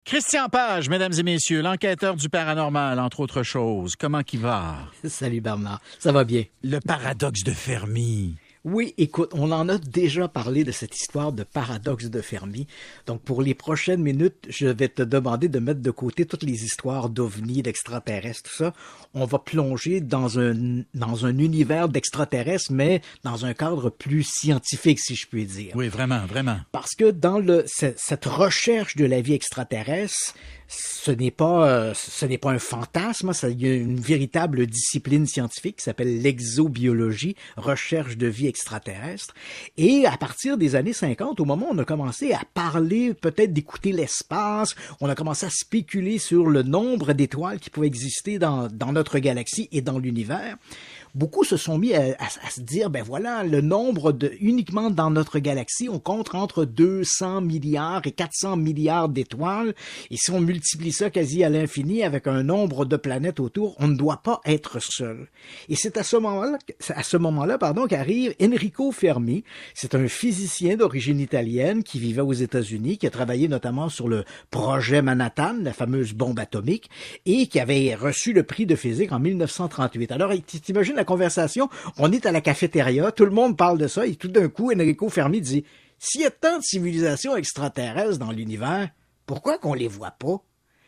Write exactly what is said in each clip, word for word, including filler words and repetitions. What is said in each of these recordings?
Christian Page, mesdames et messieurs, l'enquêteur du paranormal, entre autres choses. Comment qu'il va? Salut Bernard, ça va bien. Le paradoxe de Fermi. Oui, écoute, on en a déjà parlé de cette histoire de paradoxe de Fermi. Donc, pour les prochaines minutes, je vais te demander de mettre de côté toutes les histoires d'ovnis, d'extraterrestres, tout ça. On va plonger dans un, dans un univers d'extraterrestres, mais dans un cadre plus scientifique, si je puis dire. Oui, vraiment, vraiment. Parce que dans le, cette recherche de la vie extraterrestre, ce n'est pas, euh, ce n'est pas un fantasme, ça, il y a une véritable discipline scientifique qui s'appelle l'exobiologie, recherche de vie extraterrestre. Et à partir des années cinquante, au moment où on a commencé à parler, peut-être d'écouter l'espace, on a commencé à spéculer sur le nombre d'étoiles qui pouvaient exister dans, dans notre galaxie et dans l'univers, beaucoup se sont mis à, à, à se dire, ben voilà, le nombre de, uniquement dans notre galaxie, on compte entre deux cents milliards et quatre cents milliards d'étoiles, et si on multiplie ça quasi à l'infini avec un nombre de planètes autour, on ne doit pas être seul. Et c'est à ce moment-là, à ce moment-là, pardon, qu'arrive Enrico Fermi. C'est un physicien d'origine italienne qui vivait aux États-Unis, qui a travaillé notamment sur le projet Manhattan, la fameuse bombe atomique, et qui avait reçu le prix de physique en mille neuf cent trente-huit. Alors, t'imagines la conversation, on est à la cafétéria, tout le monde parle de ça, et tout d'un coup, Enrico Fermi dit « S'il y a tant de civilisations extraterrestres dans l'univers, pourquoi qu'on les voit pas? »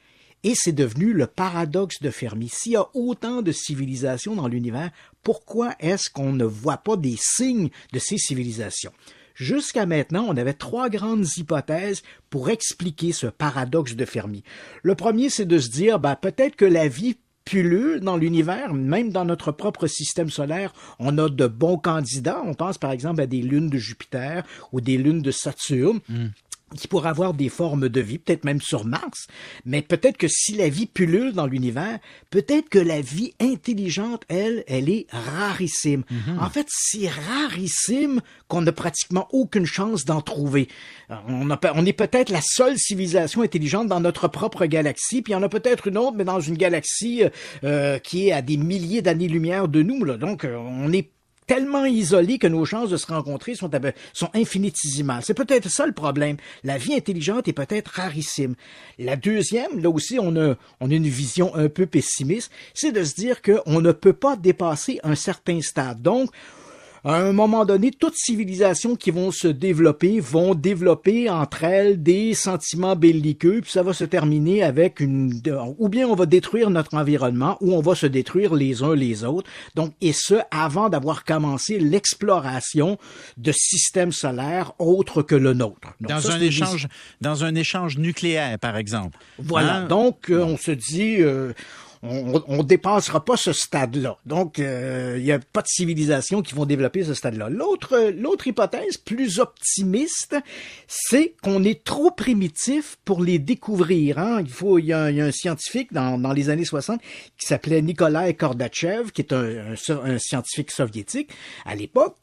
Et c'est devenu le paradoxe de Fermi. S'il y a autant de civilisations dans l'univers, pourquoi est-ce qu'on ne voit pas des signes de ces civilisations? Jusqu'à maintenant, on avait trois grandes hypothèses pour expliquer ce paradoxe de Fermi. Le premier, c'est de se dire, ben, peut-être que la vie pullule dans l'univers, même dans notre propre système solaire, on a de bons candidats. On pense par exemple à des lunes de Jupiter ou des lunes de Saturne. Mm. qui pourraient avoir des formes de vie, peut-être même sur Mars, mais peut-être que si la vie pullule dans l'univers, peut-être que la vie intelligente, elle, elle est rarissime. Mm-hmm. En fait, c'est rarissime qu'on n'a pratiquement aucune chance d'en trouver. On, a, on est peut-être la seule civilisation intelligente dans notre propre galaxie, puis il y en a peut-être une autre, mais dans une galaxie euh, qui est à des milliers d'années-lumière de nous, là. Donc, on est tellement isolés que nos chances de se rencontrer sont, sont infinitésimales. C'est peut-être ça le problème. La vie intelligente est peut-être rarissime. La deuxième, là aussi, on a, on a une vision un peu pessimiste, c'est de se dire qu'on ne peut pas dépasser un certain stade. Donc, à un moment donné, toutes civilisations qui vont se développer vont développer entre elles des sentiments belliqueux, puis ça va se terminer avec une... ou bien on va détruire notre environnement, ou on va se détruire les uns les autres. Donc, et ce, avant d'avoir commencé l'exploration de systèmes solaires autres que le nôtre. Donc, dans ça, un échange, des... dans un échange nucléaire, par exemple. Voilà. Hein? Donc, euh, on se dit... Euh, On, on dépassera pas ce stade-là. Donc, euh, il y a pas de civilisation qui vont développer ce stade-là. L'autre, l'autre hypothèse, plus optimiste, c'est qu'on est trop primitif pour les découvrir. Hein. Il faut, il y a, il y a un scientifique dans, dans les années soixante qui s'appelait Nikolai Kordachev, qui est un, un, un scientifique soviétique à l'époque,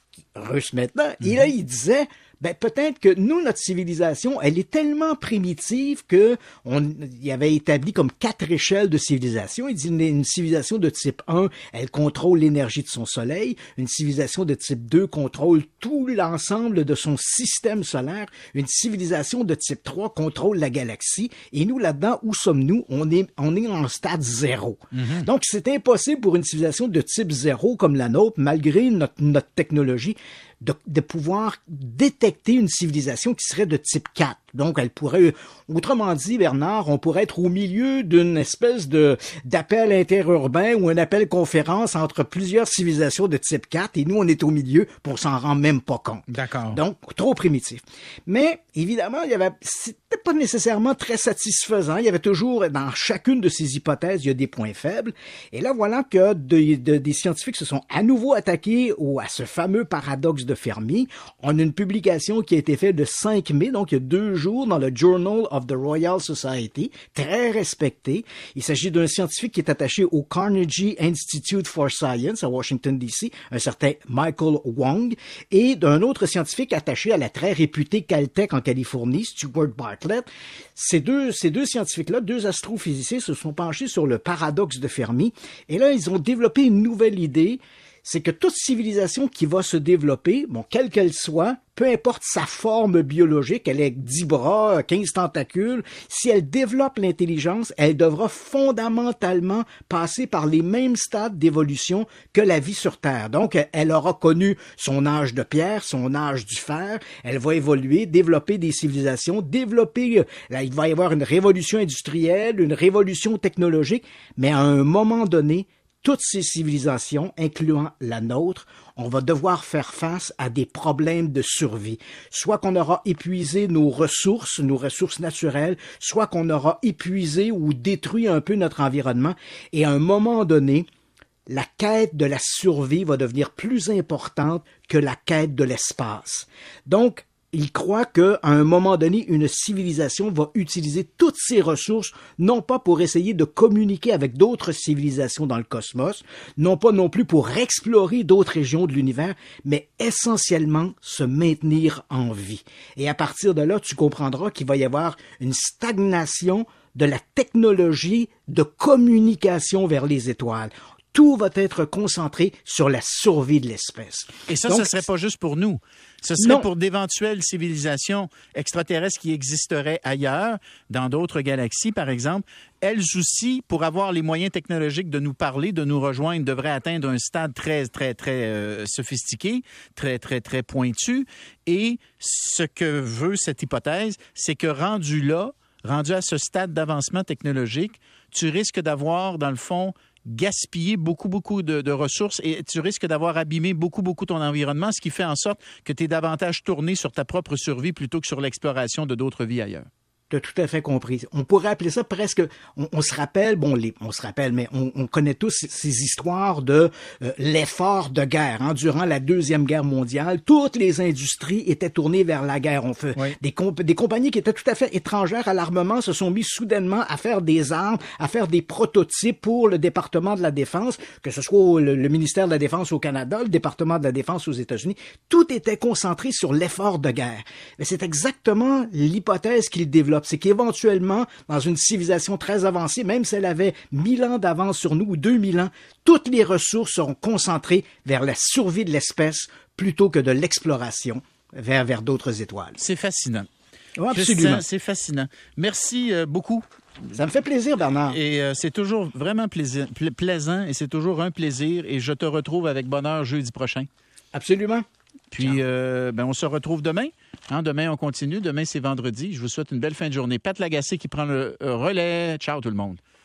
russe maintenant. Mm-hmm. Et là, il disait... Ben, peut-être que nous, notre civilisation, elle est tellement primitive que on y avait établi comme quatre échelles de civilisation. Il dit une, une civilisation de type un, elle contrôle l'énergie de son soleil. Une civilisation de type deux contrôle tout l'ensemble de son système solaire. Une civilisation de type trois contrôle la galaxie. Et nous, là-dedans, où sommes-nous? On est, on est en stade zéro. Mm-hmm. Donc, c'est impossible pour une civilisation de type zéro comme la nôtre, malgré notre, notre technologie, De, de pouvoir détecter une civilisation qui serait de type quatre. Donc, elle pourrait, autrement dit, Bernard, on pourrait être au milieu d'une espèce de d'appel interurbain ou un appel conférence entre plusieurs civilisations de type quatre, et nous, on est au milieu pour s'en rendre même pas compte. D'accord. Donc, trop primitif. Mais, évidemment, il y avait, c'était pas nécessairement très satisfaisant. Il y avait toujours, dans chacune de ces hypothèses, il y a des points faibles. Et là, voilà que de, de, des scientifiques se sont à nouveau attaqués au, à ce fameux paradoxe de Fermi. On a une publication qui a été faite le cinq mai, donc il y a deux jours, dans le Journal of the Royal Society, très respecté. Il s'agit d'un scientifique qui est attaché au Carnegie Institute for Science à Washington, D C, un certain Michael Wong, et d'un autre scientifique attaché à la très réputée Caltech en Californie, Stuart Bartlett. Ces deux, ces deux scientifiques-là, deux astrophysiciens, se sont penchés sur le paradoxe de Fermi, et là, ils ont développé une nouvelle idée. c'est que toute civilisation qui va se développer, bon, quelle qu'elle soit, peu importe sa forme biologique, elle ait dix bras, quinze tentacules, si elle développe l'intelligence, elle devra fondamentalement passer par les mêmes stades d'évolution que la vie sur Terre. Donc, elle aura connu son âge de pierre, son âge du fer, elle va évoluer, développer des civilisations, développer, là, il va y avoir une révolution industrielle, une révolution technologique, mais à un moment donné, toutes ces civilisations, incluant la nôtre, on va devoir faire face à des problèmes de survie. Soit qu'on aura épuisé nos ressources, nos ressources naturelles, soit qu'on aura épuisé ou détruit un peu notre environnement. Et à un moment donné, la quête de la survie va devenir plus importante que la quête de l'espace. Donc, il croit qu'à un moment donné, une civilisation va utiliser toutes ses ressources, non pas pour essayer de communiquer avec d'autres civilisations dans le cosmos, non pas non plus pour explorer d'autres régions de l'univers, mais essentiellement se maintenir en vie. Et à partir de là, tu comprendras qu'il va y avoir une stagnation de la technologie de communication vers les étoiles. Tout va être concentré sur la survie de l'espèce. Et ça, Donc, ce ne serait pas juste pour nous. Ce serait non. pour d'éventuelles civilisations extraterrestres qui existeraient ailleurs, dans d'autres galaxies, par exemple. Elles aussi, pour avoir les moyens technologiques de nous parler, de nous rejoindre, devraient atteindre un stade très, très, très euh, sophistiqué, très, très, très pointu. Et ce que veut cette hypothèse, c'est que rendu là, rendu à ce stade d'avancement technologique, tu risques d'avoir, dans le fond, gaspiller beaucoup, beaucoup de, de ressources et tu risques d'avoir abîmé beaucoup, beaucoup ton environnement, ce qui fait en sorte que tu es davantage tourné sur ta propre survie plutôt que sur l'exploration de d'autres vies ailleurs. Tu as tout à fait compris. On pourrait appeler ça presque, on, on se rappelle, bon, les, on se rappelle, mais on, on connaît tous ces, ces histoires de euh, l'effort de guerre. Hein. Durant la Deuxième Guerre mondiale, toutes les industries étaient tournées vers la guerre. On fait oui. des, comp- des compagnies qui étaient tout à fait étrangères à l'armement se sont mis soudainement à faire des armes, à faire des prototypes pour le département de la Défense, que ce soit le, le ministère de la Défense au Canada, le département de la Défense aux États-Unis. Tout était concentré sur l'effort de guerre. Mais c'est exactement l'hypothèse qu'il développe. C'est qu'éventuellement, dans une civilisation très avancée, même si elle avait mille ans d'avance sur nous ou deux mille ans, toutes les ressources seront concentrées vers la survie de l'espèce plutôt que de l'exploration vers, vers d'autres étoiles. C'est fascinant. Oh, absolument. Christian, c'est fascinant. Merci euh, beaucoup. Ça me fait plaisir, Bernard. Et euh, c'est toujours vraiment plaisir, pla- plaisant et c'est toujours un plaisir. Et je te retrouve avec bonheur jeudi prochain. Absolument. Puis, euh, ben, on se retrouve demain. Hein, demain, on continue. Demain, c'est vendredi. Je vous souhaite une belle fin de journée. Pat Lagacé qui prend le relais. Ciao tout le monde.